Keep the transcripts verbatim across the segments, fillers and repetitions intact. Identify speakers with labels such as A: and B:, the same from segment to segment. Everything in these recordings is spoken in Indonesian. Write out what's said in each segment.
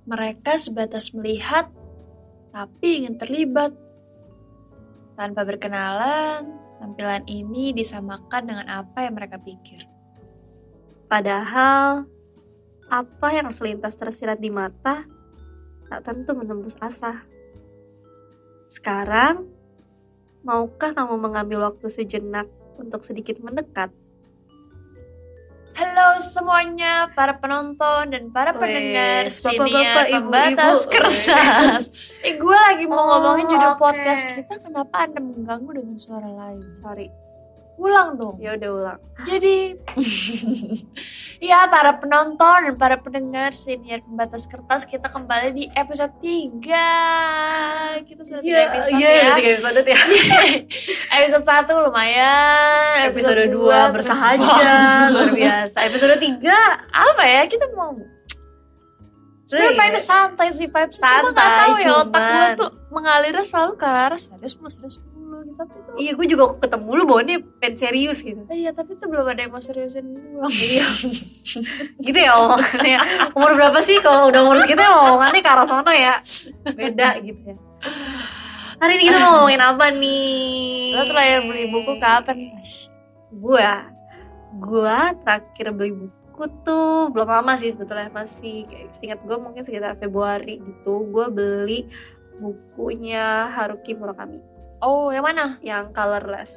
A: Mereka sebatas melihat, tapi ingin terlibat. Tanpa berkenalan, tampilan ini disamakan dengan apa yang mereka pikir.
B: Padahal, apa yang selintas tersirat di mata, tak tentu menembus asa. Sekarang, maukah kamu mengambil waktu sejenak untuk sedikit mendekat?
A: Halo semuanya, para penonton dan para
B: Weh,
A: pendengar
B: bapak-bapak,
A: siniar pembatas
B: ibu-ibu.
A: kertas. Eh, gue lagi mau
B: Oh,
A: ngomongin judul
B: oke.
A: podcast kita. Kenapa Anda mengganggu dengan suara lain?
B: Sorry,
A: Ulang dong.
B: ya udah ulang.
A: Jadi, ya para penonton dan para pendengar siniar pembatas kertas, kita kembali di episode tiga. Kita sudah tiga episode
B: iya,
A: ya.
B: udah tiga episode ya.
A: Episode satu lumayan.
B: Episode dua
A: terus
B: bersahaja, luar biasa. Episode tiga
A: apa ya, kita mau sebenarnya
B: Iya.
A: vibe santai sih, vibes cuma
B: Santai,
A: nggak tahu ya otak gue
B: cuman.
A: tuh mengalirnya selalu ke arah serius sepuluh serius sepuluh gitu, tapi tuh
B: Iya, gue juga ketemu lu bawaannya pengen serius gitu.
A: iya, tapi tuh belum ada yang mau seriusin gue.
B: Iya. Gitu ya omongannya. Umur berapa sih kalau udah umur segitu ya omongannya ke arah sono ya? Beda gitu ya. Hari ini kita mau ngomongin apa nih?
A: Lo terakhir beli buku kapan, Tash?
B: Gue Gue terakhir beli buku tuh belum lama sih sebetulnya. Masih kayak seingat gue mungkin sekitar Februari gitu. Gue beli bukunya Haruki Murakami
A: Oh, yang mana?
B: yang Colorless.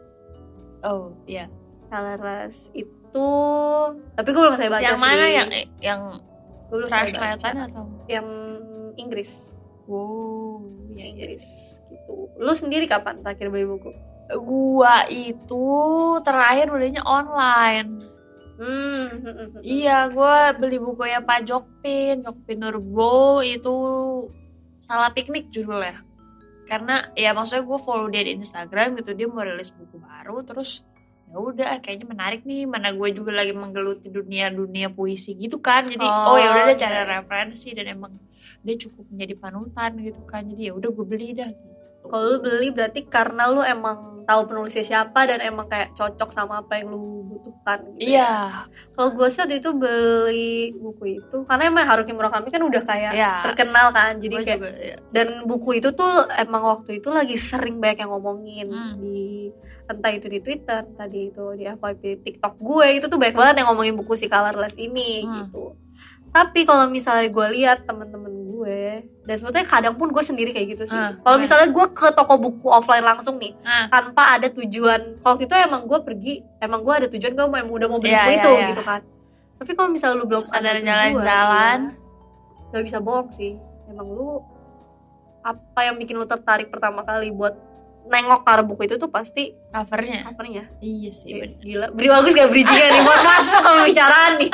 A: Oh, iya.
B: Colorless itu, tapi gue belum saya baca
A: Yang
B: sih.
A: mana yang yang
B: Gue belum saya baca.
A: translate-an atau?
B: Yang Inggris.
A: Wow, iya, iya.
B: Inggris gitu. Lu sendiri kapan terakhir beli buku?
A: Gua itu terakhir belinya online.
B: Hmm.
A: Iya, gue beli bukunya Pak Jokpin, Jokpin Nurbo, itu Salah Piknik judulnya. Karena ya maksudnya gue follow dia di Instagram gitu, dia mau rilis buku baru, terus ya udah kayaknya menarik nih, mana gue juga lagi menggeluti dunia dunia puisi gitu kan, jadi oh,
B: Oh,
A: ya udah deh cari
B: oke.
A: referensi, dan emang dia cukup menjadi panutan gitu kan, jadi ya udah gue beli dah gitu.
B: Kalau lu beli berarti karena lu emang tahu penulisnya siapa dan emang kayak cocok sama apa yang lu butuhkan gitu.
A: Iya,
B: Ya. Kalau gue sih waktu itu beli buku itu karena emang Haruki Murakami kan udah kayak
A: Iya.
B: terkenal kan, jadi
A: gue
B: kayak
A: juga ya.
B: dan buku itu tuh emang waktu itu lagi sering banyak yang ngomongin
A: Hmm.
B: di entah itu di Twitter, tadi itu di F Y P TikTok gue, itu tuh banyak banget yang ngomongin buku si Colorless ini
A: Hmm.
B: gitu. Tapi kalau misalnya gue lihat temen-temen gue, dan sebetulnya kadang pun gue sendiri kayak gitu sih.
A: Ah,
B: Kalau
A: ah.
B: misalnya gue ke toko buku offline langsung nih,
A: Ah.
B: tanpa ada tujuan. Kalau itu emang gue pergi, emang gue ada tujuan, gue emang udah mau beli
A: Iya,
B: buku
A: iya,
B: itu
A: iya.
B: gitu kan. Tapi kalau misalnya lu belum
A: Sekadar
B: ada tujuan,
A: jalan-jalan.
B: ya, gak bisa bohong sih. Emang lu apa yang bikin lu tertarik pertama kali buat nengok ke arah buku itu tuh pasti
A: Covernya,
B: covernya.
A: iya sih.
B: Yes,
A: bener.
B: gila. Beri bagus gak bridging-nya nih buat masuk ke pembicaraan nih.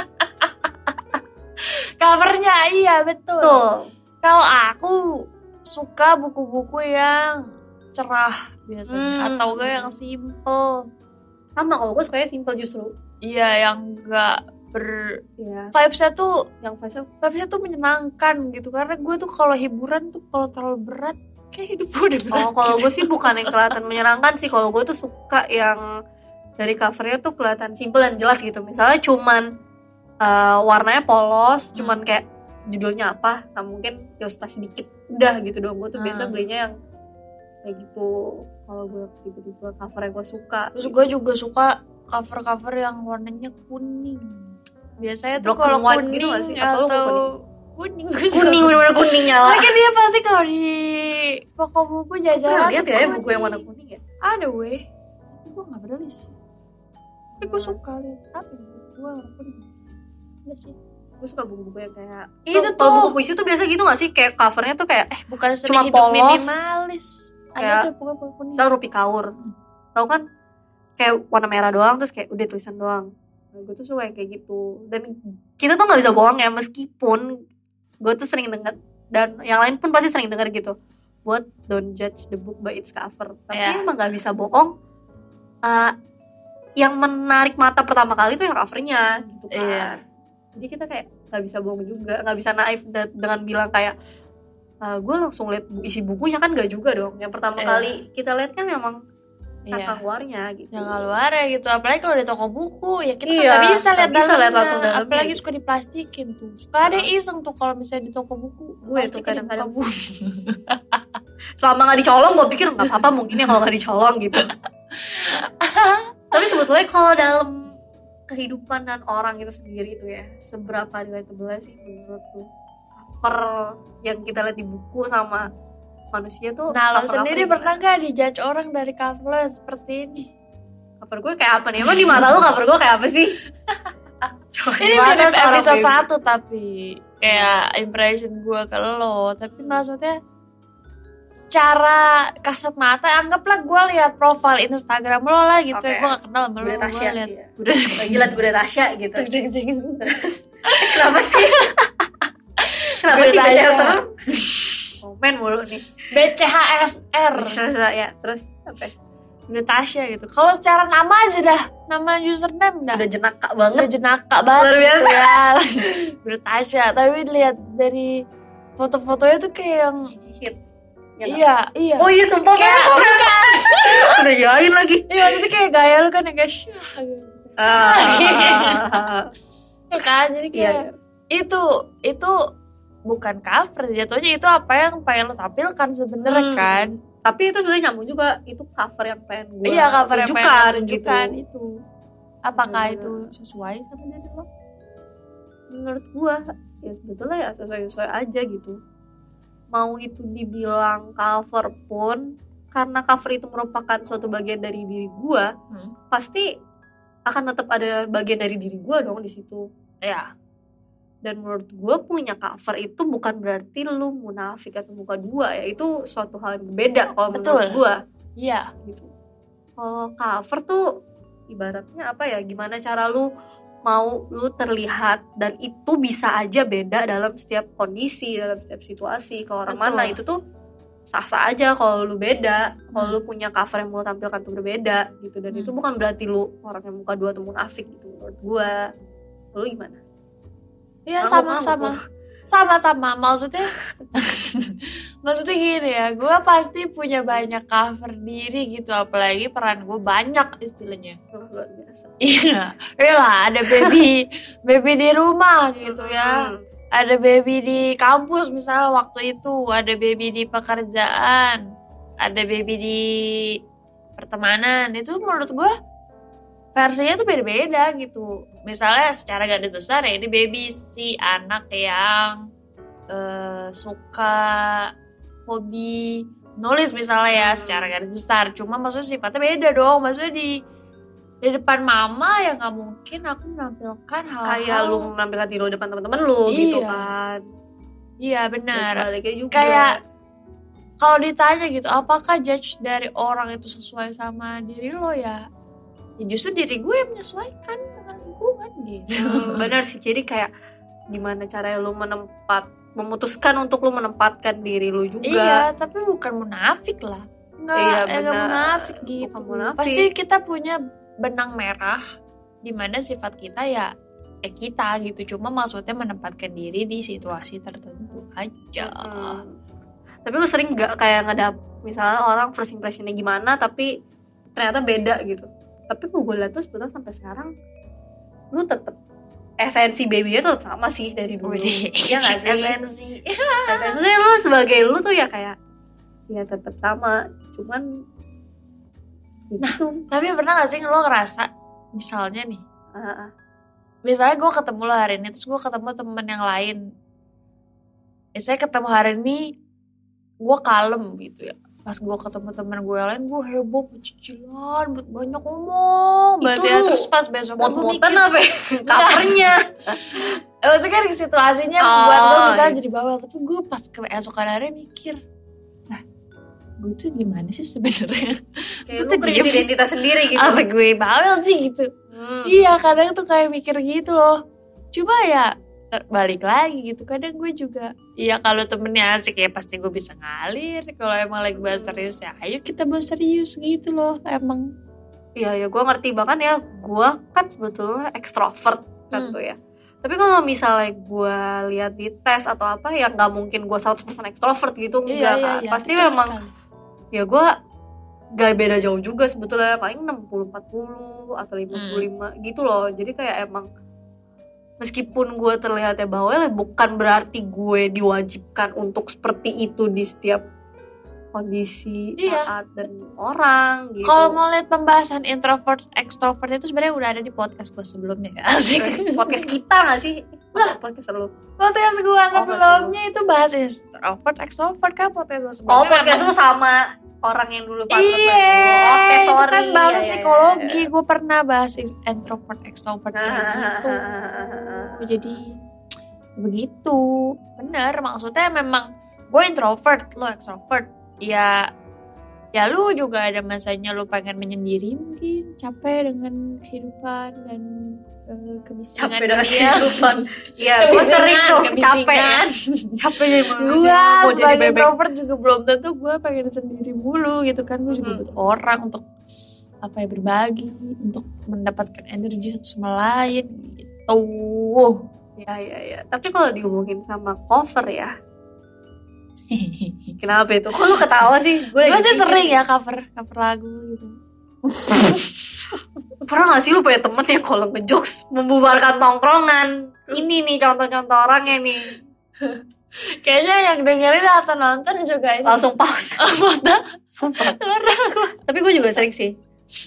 A: Covernya iya betul.
B: Tuh.
A: Kalau aku suka buku-buku yang cerah biasanya,
B: Hmm.
A: atau enggak yang simple.
B: Sama kalau gue sukanya simple justru.
A: Iya, yang enggak ber
B: Iya.
A: vibes-nya tuh
B: Yang fase
A: vibes-nya tuh menyenangkan gitu. Karena gue tuh kalau hiburan tuh kalau terlalu berat kayak hidup gue udah berat.
B: Oh, kalau
A: gitu.
B: gue sih bukan yang kelihatan menyenangkan sih. Kalau gue tuh suka yang dari covernya tuh kelihatan simple dan jelas gitu. Misalnya cuman uh, warnanya polos,
A: Hmm.
B: cuman kayak judulnya apa, sama mungkin ilustrasi dikit, udah gitu doang. Gue tuh biasa
A: Hmm.
B: belinya yang kayak gitu. Kalau gue tiba-tiba covernya gue suka.
A: Terus gue juga suka cover-cover yang warnanya kuning. Biasanya tuh
B: Black
A: kalau
B: and white
A: kuning
B: gitu gak sih? Atau
A: atau,
B: lu
A: kuning, gue suka
B: Kuning, bener-bener kuning nyala.
A: Lagi dia pasti kalau di toko buku
B: Gue
A: jajaran
B: lihat
A: tuh
B: ya
A: kuning.
B: buku yang warna kuning ya.
A: Ada weh, tapi gue gak beli sih. Tapi gue
B: Hmm.
A: suka lihat apa ya, gue warna kuning. Ada sih.
B: Gue suka buku-buku yang kayak
A: Itu
B: tuh,
A: tuh.
B: kalau buku puisi tuh biasa gitu gak sih? Kayak covernya tuh kayak
A: Eh bukan seni
B: Cuma
A: hidup
B: polos.
A: minimalis.
B: Kayak-
A: Ada tuh buku kuning.
B: misal Rupi Kaur, tau kan? Kayak warna merah doang terus kayak udah tulisan doang. Nah, gue tuh suka yang kayak gitu. Dan kita tuh nggak bisa bohong ya, meskipun gue tuh sering denger, dan yang lain pun pasti sering denger gitu, buat don't judge the book by its cover. Tapi
A: Iya.
B: emang nggak bisa bohong. Uh, yang menarik mata pertama kali tuh yang covernya gitu kan.
A: Iya.
B: Jadi kita kayak nggak bisa bohong juga, nggak bisa naif da- dengan bilang kayak uh, gue langsung lihat bu- isi bukunya, kan nggak juga dong. Yang pertama
A: Iya.
B: kali kita lihat kan memang sangka
A: Iya.
B: keluarnya gitu.
A: Yang keluar ya gitu. Apalagi kalau di toko buku ya kita
B: Iya,
A: kan nggak bisa
B: nggak
A: lihat
B: bisa lihat
A: dalamnya.
B: langsung dalamnya
A: Apalagi
B: gitu.
A: suka diplastikin tuh. Suka ada
B: Heeh.
A: iseng tuh kalau misalnya di toko buku.
B: Gue tuh
A: plastikin di
B: kadang-kadang
A: buku.
B: Selama nggak dicolong gue pikir nggak apa-apa mungkin ya kalau nggak dicolong gitu. Tapi sebetulnya kalau dalam kehidupan dan orang itu sendiri itu ya, seberapa relatable sih menurut tuh cover yang kita lihat di buku sama manusia tuh.
A: Nah lo
B: cover-cover
A: sendiri
B: gimana?
A: pernah gak dijudge orang dari cover lo yang seperti ini?
B: Cover gue kayak apa nih? Emang di mata lu cover gue kayak apa sih? Coba
A: Ini
B: gimana
A: mirip
B: seorang
A: episode
B: baby?
A: satu tapi kayak impression gue ke lo. Tapi maksudnya secara kasat mata anggaplah gue lihat profil Instagram lo lah gitu
B: Oke.
A: ya. Gue gak kenal sama lo.
B: Bude
A: Gue
B: Tasya,
A: lihat
B: iya.
A: Bude
B: Lagi liat Bude Tasya gitu.
A: Cek, cek, cek.
B: Terus eh, kenapa sih? Kenapa
A: Bude
B: sih baca
A: Tasya.
B: serem? Komen mulu nih.
A: B C H S R
B: Terus ya, terus apa?
A: Bude Tasya gitu. Kalau secara nama aja dah, nama username dah
B: Udah jenaka
A: udah
B: banget.
A: jenaka banget
B: Luar biasa.
A: gitu ya. Bude Tasya. Tapi lihat dari foto-fotonya tuh kayak yang
B: Cici hits. Ya nggak?
A: iya iya.
B: Oh iya sumpah
A: Kayak
B: banget.
A: bukan.
B: Udah yain lagi.
A: Iya maksudnya kayak gaya lu kan yang kayak syah gitu.
B: Ah.
A: Ya kan jadi
B: Iya,
A: kayak
B: iya.
A: itu itu bukan cover jatuhnya, itu apa yang pengen lo tampilkan sebenarnya
B: Hmm.
A: kan.
B: Tapi itu sebenarnya nyambung juga, itu cover yang pengen gue
A: Iya cover yang pengen lo
B: tunjukkan
A: tunjukkan
B: gitu.
A: itu. Apakah
B: Bener.
A: itu sesuai sama diri lo?
B: Menurut gue ya sebetulnya ya sesuai-sesuai aja gitu. Mau itu dibilang cover pun, karena cover itu merupakan suatu bagian dari diri gue,
A: Hmm.
B: pasti akan tetap ada bagian dari diri gue dong di situ.
A: Ya
B: Dan menurut gue punya cover itu bukan berarti lu munafik atau muka dua ya, itu suatu hal yang berbeda kalau
A: Betul.
B: menurut gue
A: iya
B: gitu. Kalau cover tuh ibaratnya apa ya, gimana cara lu mau lu terlihat, dan itu bisa aja beda dalam setiap kondisi, dalam setiap situasi. Ke orang
A: Betul.
B: mana itu tuh sah-sah aja kalau lu beda, kalau
A: Hmm.
B: lu punya cover yang mau tampilkan tuh berbeda gitu. Dan
A: Hmm.
B: itu bukan berarti lu orang yang muka dua atau munafik gitu menurut gua. Lu gimana?
A: iya
B: Ngangguk,
A: sama
B: ngangguk
A: sama
B: lu.
A: sama-sama maksudnya maksudnya gini ya, gue pasti punya banyak cover diri gitu, apalagi peran gue banyak istilahnya.
B: Oh, luar biasa.
A: Iya, iya lah, ada baby baby di rumah gitu ya,
B: Hmm.
A: ada baby di kampus misalnya waktu itu, ada baby di pekerjaan, ada baby di pertemanan. Itu menurut gue versinya tuh beda-beda gitu. Misalnya secara garis besar ya, ini baby si anak yang eh, suka hobi nulis misalnya ya,
B: Hmm.
A: secara garis besar. Cuma maksudnya sifatnya beda dong. Maksudnya di di depan mama ya nggak mungkin aku menampilkan hal-hal
B: Kayak lu menampilkan diri lu depan teman-teman lu gitu
A: Iya.
B: kan.
A: Iya
B: Dan
A: benar.
B: sebaliknya juga.
A: Kayak kalau ditanya gitu, apakah judge dari orang itu sesuai sama diri lo ya? Ya justru diri gue yang menyesuaikan dengan lingkungan gitu.
B: Hmm, bener sih, jadi kayak gimana caranya lu menempat memutuskan untuk lu menempatkan diri lu juga.
A: Iya, tapi bukan munafik lah. Enggak,
B: Iya,
A: eh, enggak
B: benar.
A: munafik gitu.
B: Bukan munafik.
A: Pasti kita punya benang merah di mana sifat kita ya eh kita gitu. Cuma maksudnya menempatkan diri di situasi tertentu aja.
B: Hmm. Tapi lu sering gak kayak ngedap misalnya orang first impressionnya gimana tapi ternyata beda gitu. Tapi kalau gue liat tuh sebetulnya sampai sekarang lu tetep esensi baby-nya tuh tetap sama sih dari dulu.
A: Widih,
B: Iya gak sih?
A: esensi.
B: Esensinya lu sebagai lu tuh ya kayak ya tetap sama, cuman gitu.
A: Tapi pernah gak sih lo ngerasa misalnya nih,
B: Ah, ah.
A: misalnya gue ketemu lo hari ini, terus gue ketemu temen yang lain. Misalnya ketemu hari ini, gue kalem gitu ya. Pas gue ketemu temen gue yang lain, gue heboh, pecicilan, buat banyak ngomong. Berarti
B: Itu
A: ya,
B: lu
A: terus pas besok gue
B: Mot-motan
A: mikir,
B: apa ya? Covernya.
A: eh, maksudnya kan situasinya
B: Oh,
A: buat gue misalnya
B: iya.
A: jadi bawel. Tapi gue pas keesokan hari mikir, nah gue tuh gimana sih sebenarnya?
B: Kayak
A: Lu
B: lu
A: tuh
B: krisis
A: diem.
B: identitas sendiri gitu.
A: Apa gue bawel sih gitu?
B: Hmm.
A: Iya kadang tuh kayak mikir gitu loh. Cuma ya ter- balik lagi gitu. Kadang gue juga iya kalau temennya asik ya pasti gue bisa ngalir. Kalau emang lagi bahas serius ya ayo kita bahas serius gitu loh. Emang
B: Iya ya, gue ngerti, bahkan ya gue kan sebetulnya ekstrovert kan
A: Hmm.
B: tuh ya. Tapi kalau misalnya gue lihat di tes atau apa ya nggak mungkin gue seratus persen ekstrovert gitu, enggak
A: iya iya
B: kan.
A: iya.
B: Pasti
A: betul
B: memang
A: sekali.
B: ya gue gak beda jauh juga sebetulnya, paling enam puluh empat puluh atau lima puluh lima hmm. gitu loh. Jadi kayak emang meskipun gue terlihatnya bawel, bukan berarti gue diwajibkan untuk seperti itu di setiap kondisi,
A: iya.
B: saat, dan orang gitu.
A: Kalau mau lihat pembahasan introvert, extrovert itu sebenarnya udah ada di podcast gue sebelumnya ya. Asik.
B: Podcast kita gak sih? Wah, podcast lu.
A: Podcast gue sebelumnya oh, itu bahas introvert, extrovert kan podcast gue sebelumnya.
B: Oh, podcast lu sama orang yang dulu pas.
A: Iya,
B: oke, okay, sorry.
A: Itu kan bahas
B: ya,
A: psikologi,
B: ya, ya.
A: gue pernah bahas introvert, extrovert kayak gitu. Jadi begitu, bener. Maksudnya memang gue introvert, lo extrovert. Ya, ya lu juga ada masanya lu pengen menyendiri mungkin, capek dengan kehidupan dan uh, kemisingan.
B: Capek dengan kehidupan. Iya, gue sering tuh capek. Capek jadi
A: gue sebagai introvert juga belum tentu gue pengen sendiri mulu gitu kan. Gue juga hmm. butuh orang untuk apa ya, berbagi, untuk mendapatkan energi satu sama lain gitu.
B: Ya ya ya. Tapi kalau dihubungin sama cover ya. Kenapa itu? Kok lu ketawa sih?
A: Gue sih sering ya cover cover lagu gitu.
B: Pernah gak sih lu punya temen yang kalau ngejokes membubarkan tongkrongan? Ini nih contoh-contoh orangnya nih.
A: Kayaknya yang dengerin atau nonton juga ini
B: langsung pause.
A: Pause dah.
B: Sumpah. Tapi gue juga sering sih.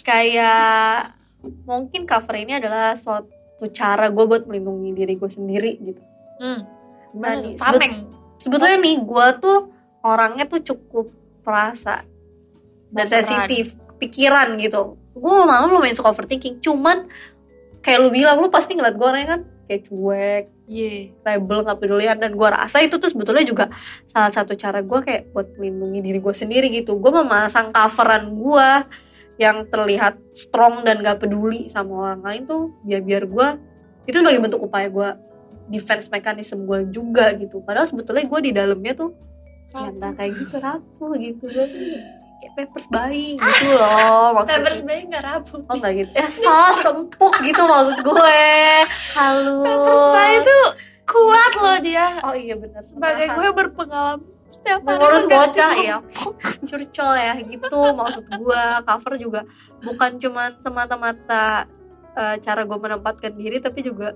B: Kayak mungkin cover ini adalah suatu cara gue buat melindungi diri gue sendiri gitu.
A: Hmm.
B: Nah, nih,
A: tameng.
B: Sebetulnya nih gue tuh orangnya tuh cukup perasa dan sensitif, pikiran gitu. Gue malah lumayan suka overthinking. Cuman kayak lu bilang, lu pasti ngeliat gue orangnya kan kayak cuek,
A: yeah.
B: rebel, gak pedulian. Dan gue rasa itu tuh sebetulnya juga salah satu cara gue kayak buat melindungi diri gue sendiri gitu. Gue memasang coveran gue yang terlihat strong dan gak peduli sama orang lain tuh biar biar gue itu sebagai bentuk upaya gue defense mechanism gue juga gitu. Padahal sebetulnya gue di dalamnya tuh ya nggak kayak gitu, rapuh gitu. Gue tuh kayak Pampers bayi gitu loh maksudnya.
A: Pampers bayi nggak rapuh.
B: Oh nggak gitu. Ya soft, empuk gitu maksud gue. Halus.
A: Pampers bayi tuh kuat loh dia.
B: Oh iya benar.
A: Sebagai gue berpengalaman setiap hari
B: ngurus bocah ya. Curcol ya gitu maksud gue. Cover juga bukan cuma semata-mata uh, cara gue menempatkan diri, tapi juga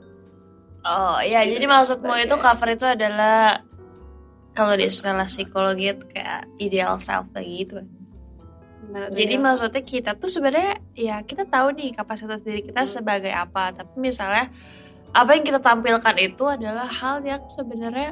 A: oh iya, jadi maksudmu itu cover itu adalah kalau di istilah psikologi itu kayak ideal self gitu. Nah, jadi maksudnya kita tuh sebenarnya ya kita tahu nih kapasitas diri kita sebagai apa, tapi misalnya apa yang kita tampilkan itu adalah hal yang sebenarnya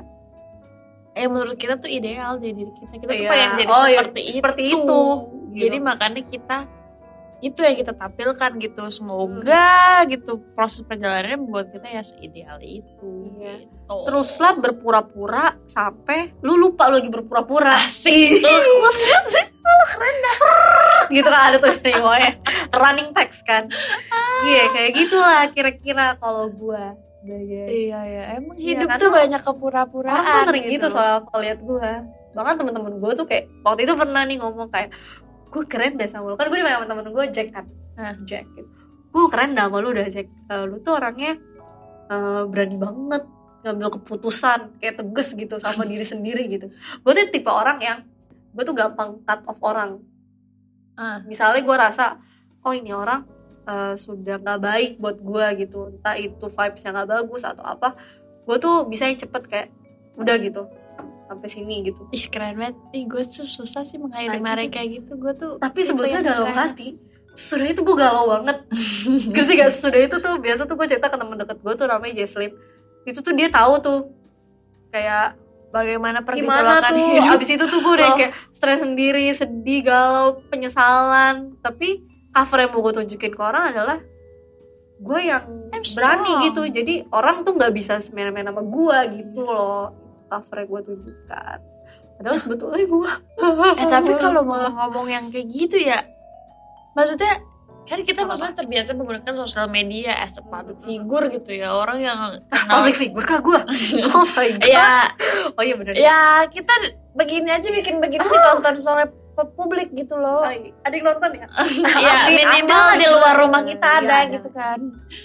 A: eh menurut kita tuh ideal dari diri kita. Kita tuh
B: iya.
A: pengen jadi
B: oh,
A: seperti,
B: iya,
A: itu.
B: seperti itu.
A: Jadi gitu. Makanya kita itu yang kita tampilkan gitu. Semoga hmm. gitu proses perjalanannya membuat kita ya seideal itu
B: iya.
A: gitu.
B: Teruslah berpura-pura sampai lu lupa lu lagi berpura-pura.
A: Asik.
B: Malah keren dah. Gitu kan ada tulisannya gue running text kan. Iya yeah, kayak gitulah kira-kira kalau gue sebagai.
A: Iya ya emang hidup iya, tuh banyak kepura-puraan.
B: Orang tuh sering gitu, gitu soal kalau lihat gue. Bahkan teman-teman gue tuh kayak waktu itu pernah nih ngomong kayak gue keren dah sama lu, kan gue di sama temen gue Jack kan, nah, Jack gitu. Gue keren dah sama lu dah Jack, uh, lu tuh orangnya uh, berani banget ngambil keputusan, kayak tegas gitu sama diri sendiri gitu. Gue tuh tipe orang yang gue tuh gampang cut off orang. Uh. Misalnya gue rasa, oh ini orang uh, sudah nggak baik buat gue gitu, entah itu vibesnya nggak bagus atau apa, gue tuh bisa yang cepet kayak udah gitu. Sampai sini gitu.
A: Ih keren banget. Ih gue tuh susah sih mengakhiri mereka kayak gitu. Gue tuh
B: tapi sebetulnya dalam hati sudah itu gue galau banget. Ketika sudah itu tuh biasa tuh gue cerita ke teman dekat gue tuh namanya Jesslyn. Itu tuh dia tahu tuh kayak
A: bagaimana
B: pergejolakan hidup. Abis itu tuh gue udah oh. kayak stres sendiri, sedih, galau, penyesalan. Tapi cover yang mau gue tunjukin ke orang adalah gue yang I'm berani strong. Gitu. Jadi orang tuh nggak bisa semena-mena sama gue gitu loh. Cover yang gue tunjukkan. Padahal sebetulnya gue
A: eh tapi kalau ngomong-ngomong yang kayak gitu ya, maksudnya kan kita apa? Maksudnya terbiasa menggunakan sosial media as a public figure gitu ya, orang yang
B: kenal public figure kah gue? Oh my god.
A: Ya,
B: oh iya benar.
A: Ya kita begini aja bikin begini ditonton soalnya publik gitu loh.
B: Ada yang nonton ya?
A: Ya minimal di luar rumah kita ada ya, gitu kan.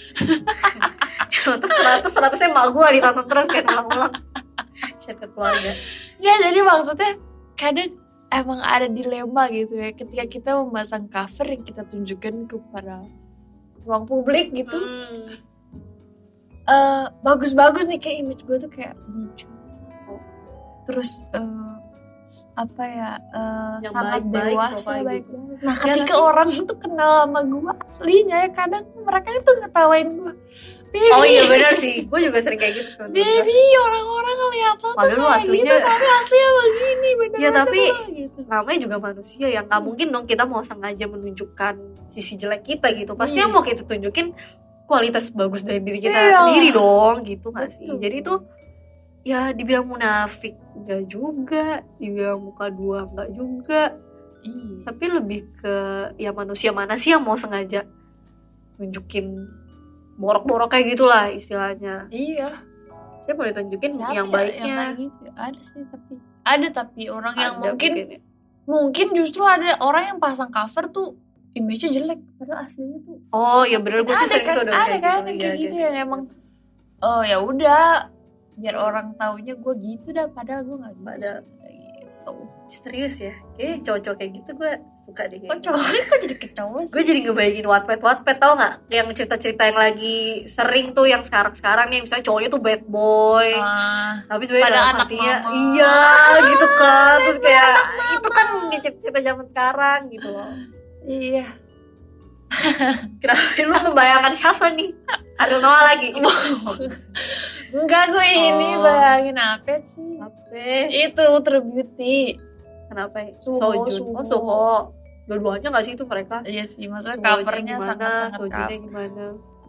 B: Nonton seratus seratusnya emak gue ditonton terus kayak ulang-ulang. Share ke keluarga.
A: Ya jadi maksudnya kadang emang ada dilema gitu ya ketika kita memasang cover yang kita tunjukkan kepada ruang publik gitu.
B: Hmm.
A: Uh, bagus-bagus nih kayak image gue tuh kayak lucu. Terus uh, apa ya uh, sangat
B: baik-baik,
A: dewasa
B: baik
A: baik-baik. Nah
B: Ya,
A: ketika
B: tapi-
A: orang tuh kenal sama gue aslinya ya kadang mereka itu ngetawain gue. Baby,
B: Oh iya benar sih, gue juga sering kayak gitu sama temen gue.
A: baby orang-orang ngeliat lo tuh
B: Padahal lu
A: kayak
B: aslinya-
A: gitu, tapi aslinya begini bener-bener
B: Ya, tapi-
A: lo, gitu.
B: Namanya juga manusia yang nggak mungkin dong kita mau sengaja menunjukkan sisi jelek kita gitu. Pasti
A: Iya.
B: yang mau kita tunjukin kualitas bagus dari diri kita
A: Iya.
B: sendiri dong gitu nggak sih?
A: Betul.
B: Jadi tuh ya dibilang munafik nggak juga, dibilang muka dua nggak juga,
A: Iya.
B: tapi lebih ke ya manusia mana sih yang mau sengaja nunjukin borok-borok kayak gitulah istilahnya.
A: Iya.
B: Saya mau ditunjukin
A: Siapa
B: yang
A: ya
B: baiknya.
A: yang kayak gitu? Ada sih tapi ada tapi orang yang
B: Ada
A: mungkin
B: ya.
A: mungkin justru ada orang yang pasang cover tuh image-nya jelek padahal aslinya tuh
B: Oh ya bener, gue sih
A: ada
B: sering
A: kan
B: tuh ada
A: ada
B: kayak
A: kan
B: gitu.
A: yang
B: Iya,
A: kayak gitu
B: iya.
A: yang emang oh ya udah biar orang taunya gue gitu dah padahal gue nggak gitu
B: Padahal-
A: sebenarnya gitu.
B: Serius ya, kayak cowok-cowok kayak gitu gue suka deh
A: Kok
B: kayak gitu.
A: cowoknya kok jadi kecowok sih?
B: Gue jadi ngebayangin Wattpad Wattpad tau nggak yang cerita-cerita yang lagi sering tuh yang sekarang-sekarang nih misalnya cowoknya tuh bad boy
A: Ah,
B: tapi sebenarnya
A: padahal
B: dalam
A: anak
B: hatinya
A: mama.
B: iya gitu kan terus kayak itu kan cerita zaman sekarang gitu loh.
A: iya.
B: Kenapa lu membayangkan siapa nih? Ariel Noah lagi.
A: Enggak gue ini
B: Oh.
A: bayangin apa sih?
B: Apa?
A: Itu True Beauty.
B: Kenapa? ya?
A: Suho,
B: Sojun.
A: Suho.
B: Oh Suho. Dua-duanya nggak sih itu mereka?
A: Iya sih, maksudnya
B: Suhonya
A: covernya
B: gimana,
A: sangat-sangat
B: Sojunnya
A: cover.
B: gimana?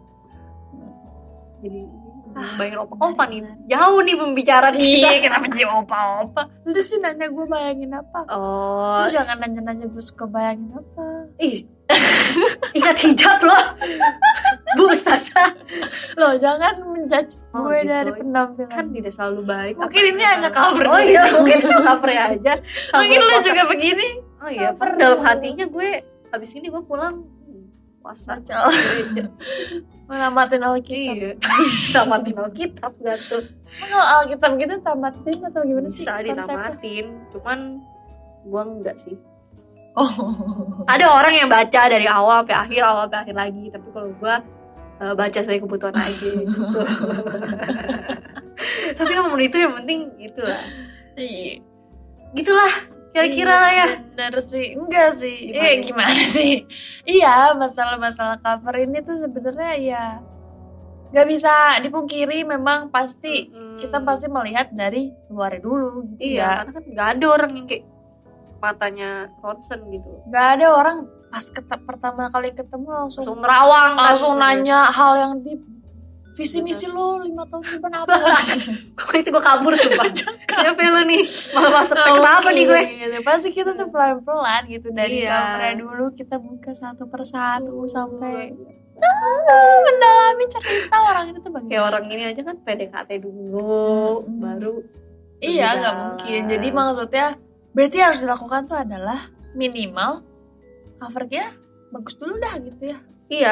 B: Jadi
A: Ah,
B: bayangin opa-opa nih. Jauh nih pembicaraan
A: Iya,
B: kita.
A: kenapa jadi opa-opa? Lu sih nanya gue bayangin apa?
B: Oh,
A: Lu jangan nanya-nanya gue suka bayangin apa.
B: ih. Ikat hijab loh. Bu Ustazah.
A: Loh, jangan menjudge
B: Oh,
A: gue
B: gitu.
A: dari penampilan.
B: Kan tidak selalu baik.
A: Mungkin
B: Apa
A: ini
B: yang
A: hanya
B: kita-
A: cover
B: Oh
A: dulu.
B: iya, mungkin itu covernya aja. Sama
A: Mungkin lu
B: puasa.
A: juga begini.
B: Oh iya,
A: cover
B: dalam
A: dulu.
B: hatinya gue habis ini gue pulang puasa.
A: Baca.
B: Gereja.
A: Menamatin Alkitab.
B: Iya. Tamatin Alkitab gak tuh.
A: Kalau Alkitab gitu tamatin atau gimana sih
B: Bisa
A: konsepnya?
B: ditamatin, cuman gue enggak sih.
A: Oh.
B: Ada orang yang baca dari awal sampai akhir, awal sampai akhir lagi, tapi kalau gue uh, baca sesuai kebutuhan aja gitu. Tapi apapun itu yang penting itulah.
A: Iya.
B: Gitulah kira-kira lah ya.
A: Bener sih, enggak sih.
B: Gimana?
A: Eh gimana sih? Iya, masalah-masalah cover ini tuh sebenarnya ya nggak bisa dipungkiri. Memang pasti
B: Mm-mm.
A: kita pasti melihat dari luar dulu. Gitu
B: Iya,
A: ya.
B: karena kan nggak ada orang yang kayak matanya ronsen gitu,
A: Nggak ada orang pas ket- pertama kali ketemu langsung
B: langsung nerawang kan.
A: langsung nanya hal yang di visi misi lo lima tahun ke depan apa?
B: Kok itu gue kabur sumpah. Kenapa lo nih malah masuk sektor apa nih gue?
A: Gitu. Pasti kita tuh pelan-pelan gitu dari
B: Iya.
A: covernya dulu kita buka satu persatu sampai mendalami cerita orang itu tuh bagaimana.
B: Kayak orang ini aja kan P D K T dulu,
A: Hmm.
B: baru
A: Iya,
B: lebih
A: nggak
B: dalam.
A: mungkin. Jadi maksudnya berarti harus dilakukan tuh adalah minimal covernya bagus dulu dah gitu ya.
B: iya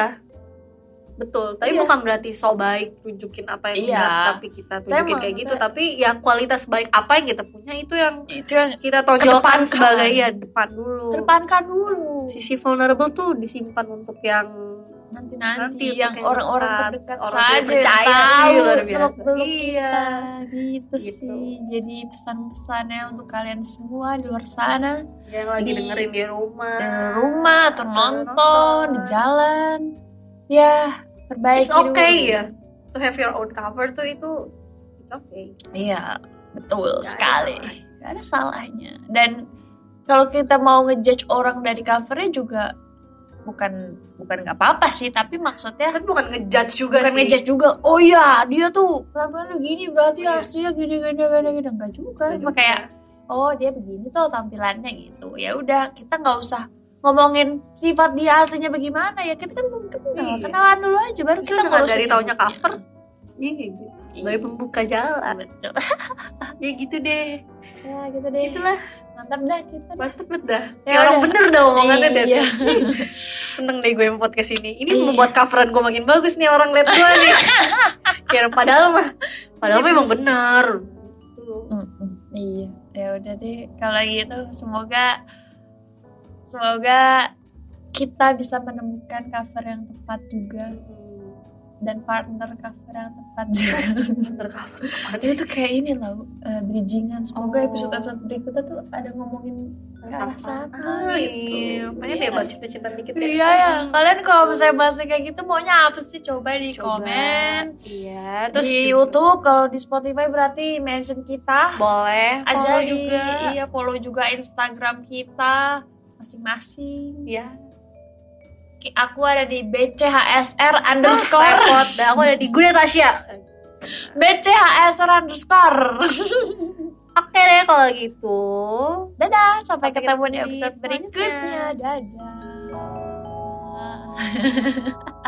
B: betul. Tapi
A: Iya.
B: bukan berarti so baik tunjukin apa yang
A: Iya.
B: enggak, tapi kita tunjukin kayak
A: maksudnya-
B: gitu. Tapi ya kualitas baik apa yang kita punya itu yang
A: Itu yang
B: kita tonjolkan
A: Kedepankan.
B: sebagai ya depan dulu.
A: terdepankan dulu.
B: Sisi vulnerable tuh disimpan untuk yang
A: Nanti-nanti
B: Nanti untuk
A: yang
B: yang
A: orang-orang
B: dekat,
A: terdekat
B: orang
A: saja
B: sudah
A: yang
B: percaya,
A: tahu
B: iya, luar biasa.
A: seluk-beluk
B: Iya.
A: kita. Gitu,
B: Gitu.
A: sih. Jadi pesan-pesannya untuk kalian semua di luar sana,
B: yang lagi
A: Di-
B: dengerin di rumah.
A: di rumah atau
B: Atau
A: nonton,
B: nonton.
A: di jalan. Ya, perbaiki
B: It's okay
A: dulu.
B: ya. To have your own cover tuh itu it's okay.
A: Iya, betul
B: Gak ada
A: sekali.
B: salahnya.
A: Gak ada salahnya. Dan kalau kita mau ngejudge orang dari covernya juga bukan bukan nggak apa-apa sih, tapi maksudnya
B: Kan bukan ngejudge juga
A: bukan
B: sih.
A: ngejudge juga. Oh ya, dia tuh pelan-pelan begini berarti
B: Iya.
A: aslinya gini gini gini gini enggak juga.
B: Nggak
A: Cuma
B: juga.
A: kayak oh dia begini tuh tampilannya gitu. Ya udah, kita nggak usah ngomongin sifat dia aslinya bagaimana ya. Kita kan belum kenal,
B: Iya.
A: kenalan dulu aja baru
B: Itu
A: kita
B: dengan
A: ngurusin
B: dari
A: yang
B: taunya
A: gitu.
B: cover. Iya gitu. Sebagai pembuka jalan.
A: Betul.
B: Ya gitu deh.
A: Ya gitu deh.
B: Itulah
A: Mantap dah kita. dah.
B: mantep banget dah.
A: Ya
B: Kayak orang
A: udah.
B: bener dah omongannya deh.
A: Iya.
B: Seneng deh gue yang podcast ini. Ini
A: Iya.
B: membuat coveran gue makin bagus nih orang liat gue nih. Kayak padahal mah padahal mah emang bener. Gitu.
A: Mm-mm. Iya, ya udah deh. Kalau gitu semoga semoga kita bisa menemukan cover yang tepat juga dan partner cover yang tepat juga.
B: Partner cover apaan
A: Itu
B: sih?
A: tuh kayak ini lah, uh, bridgingan. Semoga
B: Oh.
A: episode-episode berikutnya tuh ada ngomongin ke arah sana
B: Ah,
A: gitu.
B: iya. Pengen
A: Iya.
B: deh bahas cinta-cinta dikit ya.
A: Iya ya, kalian kalau misalnya bahas kayak gitu maunya apa sih? Coba di
B: Coba.
A: komen.
B: Iya, terus
A: Di
B: juga
A: YouTube, kalau di Spotify berarti mention kita.
B: boleh
A: Aja
B: follow
A: di-
B: juga.
A: Iya, follow juga Instagram kita masing-masing.
B: Iya.
A: Ki- Aku ada di B C H S R underscore
B: Repot. Dan aku ada di Gue Tasya.
A: B C H S R underscore.
B: Oke deh kalau gitu.
A: Dadah, sampai
B: Sampai
A: ketemu di
B: ketemu di
A: episode
B: selanjutnya.
A: berikutnya. Dadah.